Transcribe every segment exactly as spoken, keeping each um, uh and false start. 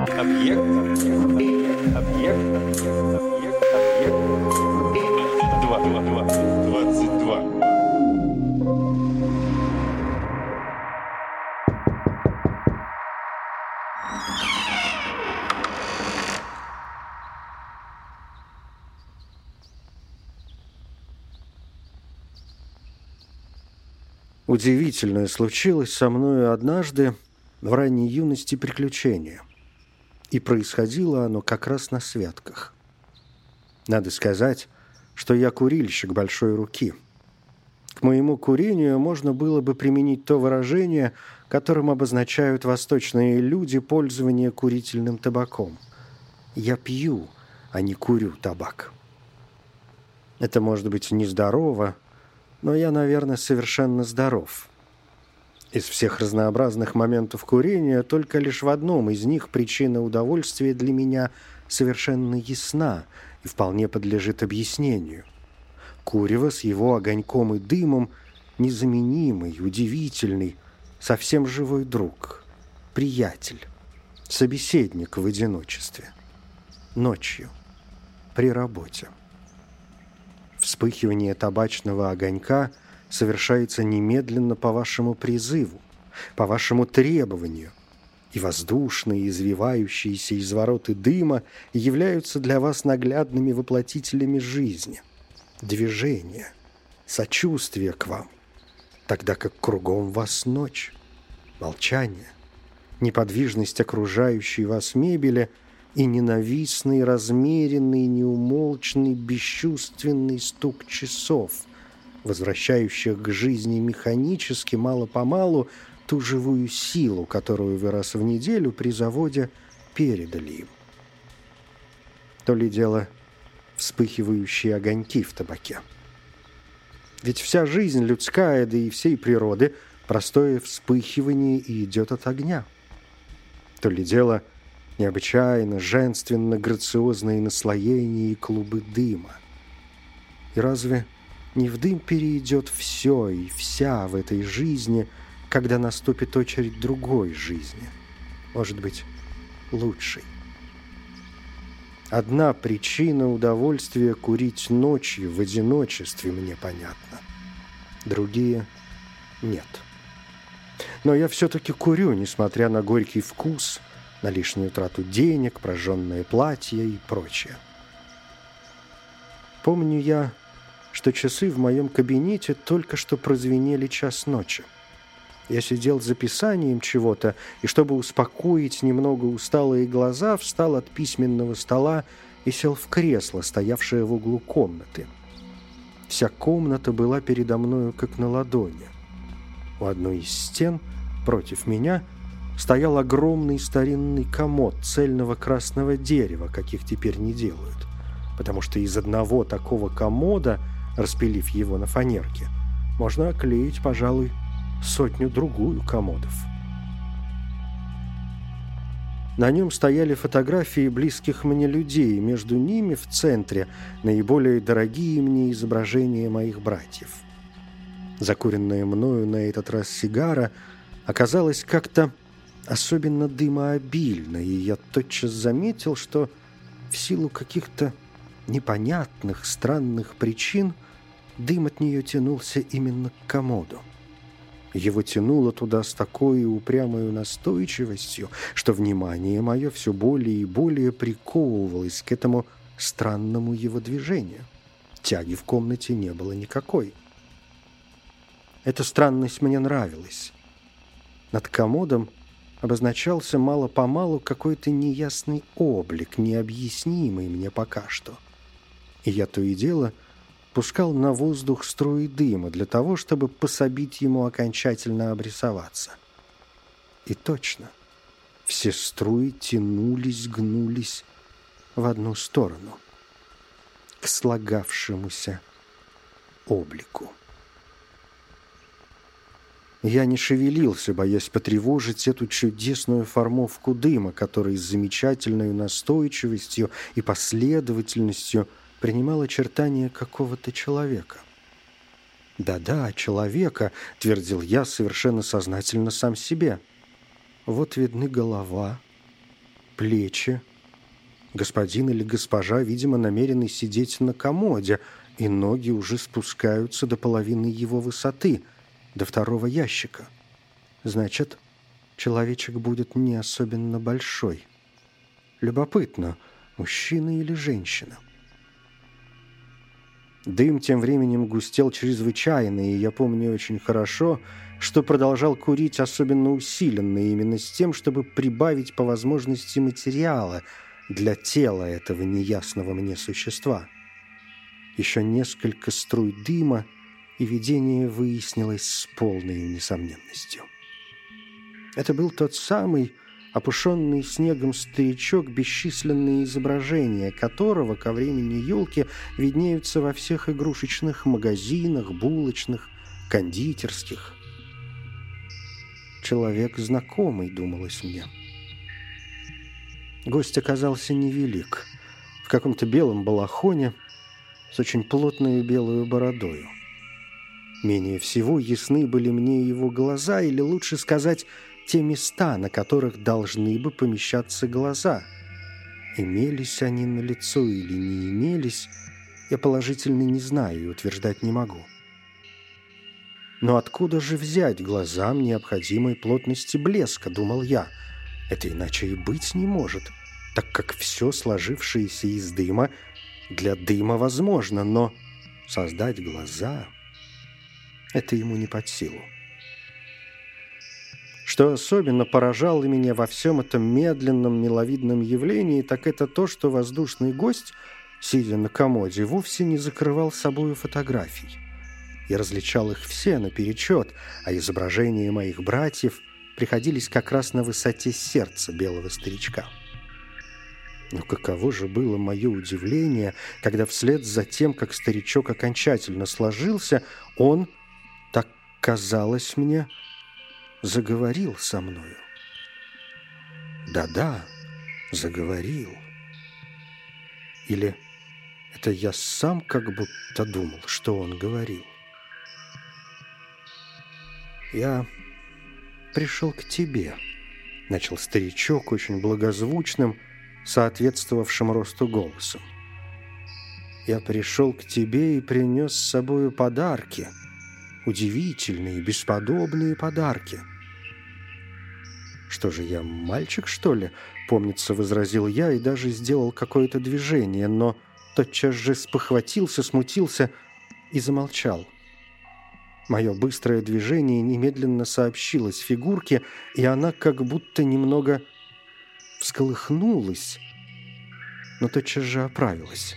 Объект. Объект. Объект. Объект. Объект. Два. Два. Два. Двадцать два. Удивительное случилось со мною однажды в ранней юности приключение. И происходило оно как раз на святках. Надо сказать, что я курильщик большой руки. К моему курению можно было бы применить то выражение, которым обозначают восточные люди пользование курительным табаком. Я пью, а не курю табак. Это может быть нездорово, но я, наверное, совершенно здоров. Из всех разнообразных моментов курения только лишь в одном из них причина удовольствия для меня совершенно ясна и вполне подлежит объяснению. Курево с его огоньком и дымом незаменимый, удивительный, совсем живой друг, приятель, собеседник в одиночестве, ночью, при работе. Вспыхивание табачного огонька совершается немедленно по вашему призыву, по вашему требованию, и воздушные, извивающиеся извороты дыма являются для вас наглядными воплотителями жизни, движения, сочувствия к вам, тогда как кругом вас ночь, молчание, неподвижность окружающей вас мебели и ненавистный, размеренный, неумолчный, бесчувственный стук часов, возвращающих к жизни механически, мало-помалу, ту живую силу, которую вы раз в неделю при заводе передали им. То ли дело вспыхивающие огоньки в табаке. Ведь вся жизнь людская, да и всей природы, простое вспыхивание и идет от огня. То ли дело необычайно, женственно, грациозные наслоения и клубы дыма. И разве не в дым перейдет все и вся в этой жизни, когда наступит очередь другой жизни, может быть, лучшей? Одна причина удовольствия курить ночью в одиночестве мне понятна, другие нет. Но я все-таки курю, несмотря на горький вкус, на лишнюю трату денег, прожженное платье и прочее. Помню я, что часы в моем кабинете только что прозвенели час ночи. Я сидел за писанием чего-то, и, чтобы успокоить немного усталые глаза, встал от письменного стола и сел в кресло, стоявшее в углу комнаты. Вся комната была передо мною как на ладони. У одной из стен, против меня, стоял огромный старинный комод цельного красного дерева, каких теперь не делают, потому что из одного такого комода, распилив его на фанерке, можно оклеить, пожалуй, сотню-другую комодов. На нем стояли фотографии близких мне людей, между ними в центре наиболее дорогие мне изображения моих братьев. Закуренная мною на этот раз сигара оказалась как-то особенно дымообильной, и я тотчас заметил, что в силу каких-то непонятных, странных причин дым от нее тянулся именно к комоду. Его тянуло туда с такой упрямой настойчивостью, что внимание мое все более и более приковывалось к этому странному его движению. Тяги в комнате не было никакой. Эта странность мне нравилась. Над комодом обозначался мало-помалу какой-то неясный облик, необъяснимый мне пока что. И я то и дело пускал на воздух струи дыма для того, чтобы пособить ему окончательно обрисоваться. И точно, все струи тянулись, гнулись в одну сторону, к слагавшемуся облику. Я не шевелился, боясь потревожить эту чудесную формовку дыма, который с замечательной настойчивостью и последовательностью принимал очертания какого-то человека. «Да-да, человека», — твердил я совершенно сознательно сам себе. «Вот видны голова, плечи. Господин или госпожа, видимо, намерены сидеть на комоде, и ноги уже спускаются до половины его высоты, до второго ящика. Значит, человечек будет не особенно большой. Любопытно, мужчина или женщина? Дым тем временем густел чрезвычайно, и я помню очень хорошо, что продолжал курить особенно усиленно, именно с тем, чтобы прибавить по возможности материала для тела этого неясного мне существа. Еще несколько струй дыма, и видение выяснилось с полной несомненностью. Это был тот самый опушенный снегом старичок, бесчисленные изображения которого ко времени елки виднеются во всех игрушечных магазинах, булочных, кондитерских. Человек знакомый, думалось мне. Гость оказался невелик, в каком-то белом балахоне с очень плотной белой бородою. Менее всего ясны были мне его глаза, или лучше сказать, те места, на которых должны бы помещаться глаза. Имелись они на лицо или не имелись, я положительно не знаю и утверждать не могу. Но откуда же взять глазам необходимой плотности блеска, думал я. Это иначе и быть не может, так как все сложившееся из дыма для дыма возможно, но создать глаза — это ему не под силу. Что особенно поражало меня во всем этом медленном, миловидном явлении, так это то, что воздушный гость, сидя на комоде, вовсе не закрывал собою фотографий. Я различал их все наперечет, а изображения моих братьев приходились как раз на высоте сердца белого старичка. Но каково же было мое удивление, когда вслед за тем, как старичок окончательно сложился, он, так казалось мне, заговорил со мною. Да-да, заговорил. Или это я сам как будто думал, что он говорил. «Я пришел к тебе», — начал старичок очень благозвучным, соответствовавшим росту голосом. «Я пришел к тебе и принес с собою подарки, удивительные, бесподобные подарки». «Что же, я мальчик, что ли?» — помнится, возразил я и даже сделал какое-то движение, но тотчас же спохватился, смутился и замолчал. Мое быстрое движение немедленно сообщилось фигурке, и она как будто немного всколыхнулась, но тотчас же оправилась.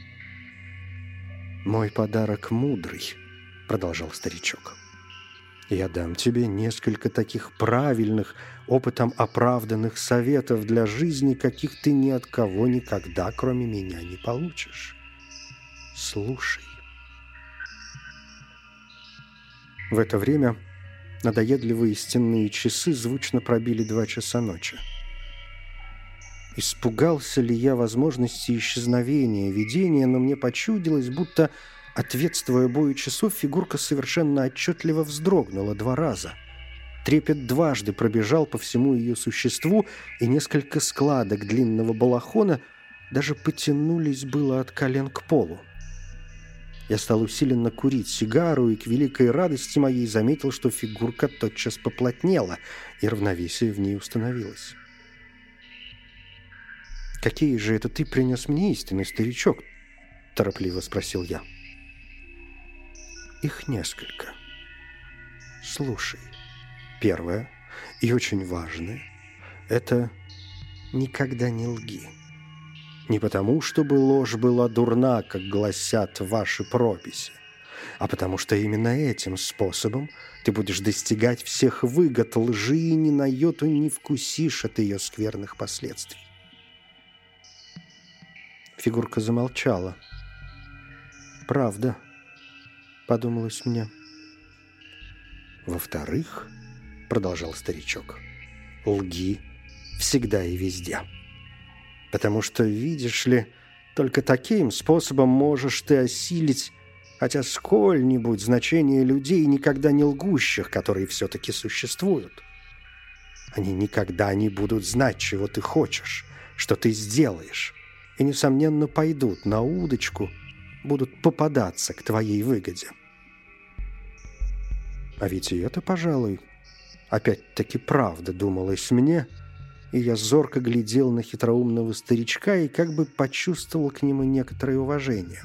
«Мой подарок мудрый», — продолжал старичок. «Я дам тебе несколько таких правильных, опытом оправданных советов для жизни, каких ты ни от кого никогда, кроме меня, не получишь. Слушай». В это время надоедливые стенные часы звучно пробили два часа ночи. Испугался ли я возможности исчезновения видения, но мне почудилось, будто, ответствуя бою часов, фигурка совершенно отчетливо вздрогнула два раза. Трепет дважды пробежал по всему ее существу, и несколько складок длинного балахона даже потянулись было от колен к полу. Я стал усиленно курить сигару и к великой радости моей заметил, что фигурка тотчас поплотнела, и равновесие в ней установилось. «Какие же это ты принес мне истины, старичок?» – торопливо спросил я. «Их несколько. Слушай. Первое, и очень важное, это никогда не лги. Не потому, чтобы ложь была дурна, как гласят ваши прописи, а потому что именно этим способом ты будешь достигать всех выгод лжи и ни на йоту не вкусишь от ее скверных последствий». Фигурка замолчала. «Правда», — подумалось мне. «Во-вторых, — продолжал старичок, — лги всегда и везде. Потому что, видишь ли, только таким способом можешь ты осилить хотя сколь-нибудь значение людей, никогда не лгущих, которые все-таки существуют. Они никогда не будут знать, чего ты хочешь, что ты сделаешь, и, несомненно, пойдут на удочку, будут попадаться к твоей выгоде. А ведь и это, пожалуй, опять-таки правда, думалось мне, и я зорко глядел на хитроумного старичка и как бы почувствовал к нему некоторое уважение.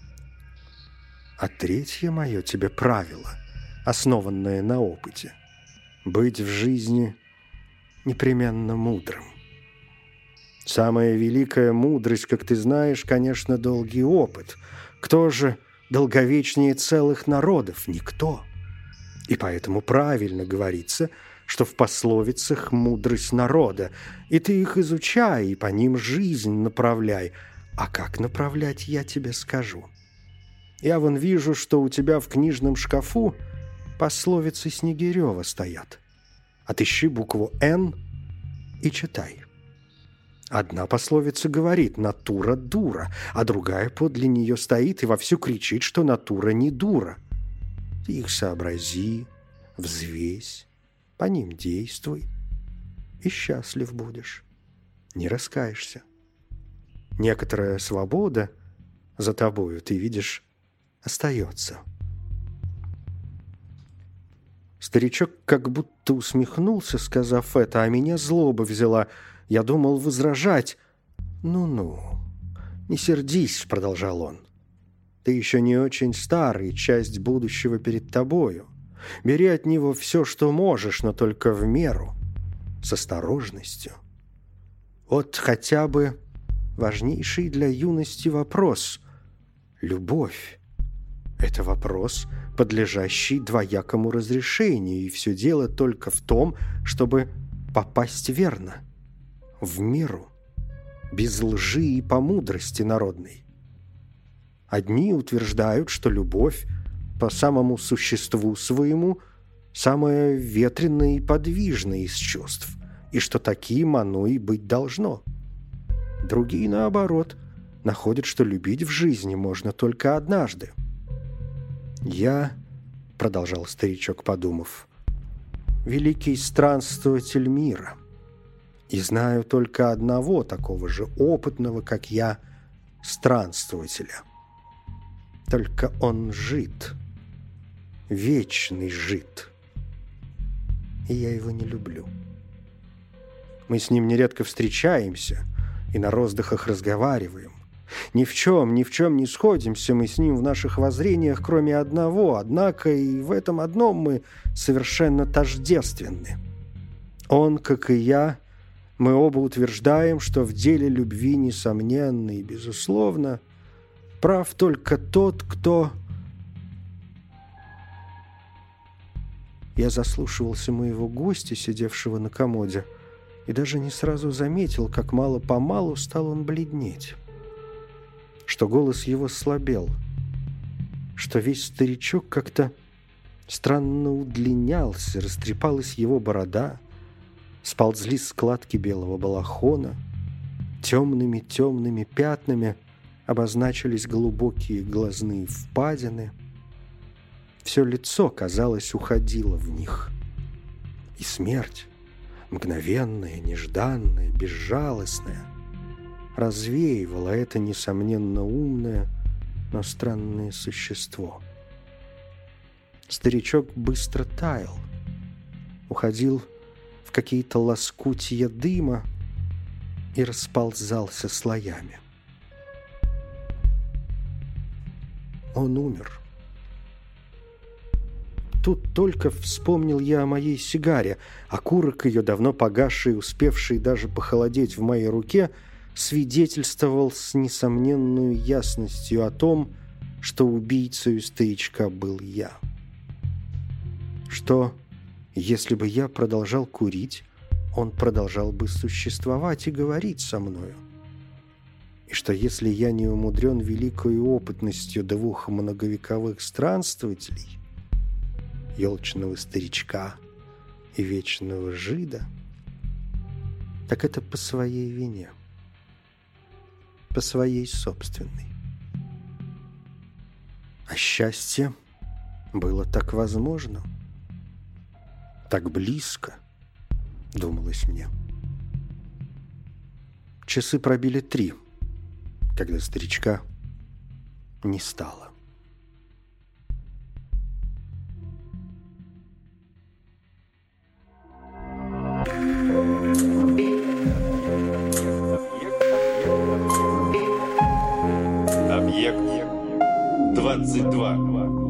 А третье мое тебе правило, основанное на опыте — быть в жизни непременно мудрым. Самая великая мудрость, как ты знаешь, конечно, долгий опыт. Кто же долговечнее целых народов? Никто. И поэтому правильно говорится, что в пословицах мудрость народа, и ты их изучай, и по ним жизнь направляй. А как направлять, я тебе скажу. Я вон вижу, что у тебя в книжном шкафу пословицы Снегирева стоят. Отыщи букву «Н» и читай. Одна пословица говорит «натура дура», а другая подле нее стоит и вовсю кричит, что натура не дура. Ты их сообрази, взвесь, по ним действуй, и счастлив будешь, не раскаешься. Некоторая свобода за тобою, ты видишь, остается. Старичок как будто усмехнулся, сказав это, а меня злоба взяла. Я думал возражать. «Ну-ну, не сердись», — продолжал он. «Ты еще не очень старый, часть будущего перед тобою. Бери от него все, что можешь, но только в меру, с осторожностью. Вот хотя бы важнейший для юности вопрос — любовь. Это вопрос, подлежащий двоякому разрешению, и все дело только в том, чтобы попасть верно, в меру, без лжи и по мудрости народной. Одни утверждают, что любовь по самому существу своему самая ветреная и подвижная из чувств, и что таким оно и быть должно. Другие, наоборот, находят, что любить в жизни можно только однажды. «Я, — продолжал старичок, подумав, — великий странствователь мира, и знаю только одного такого же опытного, как я, странствователя. Только он жид, вечный жид, и я его не люблю. Мы с ним нередко встречаемся и на роздыхах разговариваем. Ни в чем, ни в чем не сходимся мы с ним в наших воззрениях, кроме одного, однако и в этом одном мы совершенно тождественны. Он, как и я, мы оба утверждаем, что в деле любви, несомненно и безусловно, прав только тот, кто... Я заслушивался моего гостя, сидевшего на комоде, и даже не сразу заметил, как мало-помалу стал он бледнеть, что голос его слабел, что весь старичок как-то странно удлинялся, растрепалась его борода, сползли складки белого балахона, темными-темными пятнами обозначились глубокие глазные впадины. Все лицо, казалось, уходило в них. И смерть, мгновенная, нежданная, безжалостная, развеивала это, несомненно, умное, но странное существо. Старичок быстро таял, уходил в какие-то лоскутья дыма и расползался слоями. Он умер. Тут только вспомнил я о моей сигаре. Окурок ее, давно погасший и успевший даже похолодеть в моей руке, свидетельствовал с несомненной ясностью о том, что убийцей старичка был я. Что, если бы я продолжал курить, он продолжал бы существовать и говорить со мною. И что, если я не умудрен великой опытностью двух многовековых странствователей, елчного старичка и вечного жида, так это по своей вине, по своей собственной. А счастье было так возможно, так близко, думалось мне. Часы пробили три, когда старичка не стало. Объект двадцать два.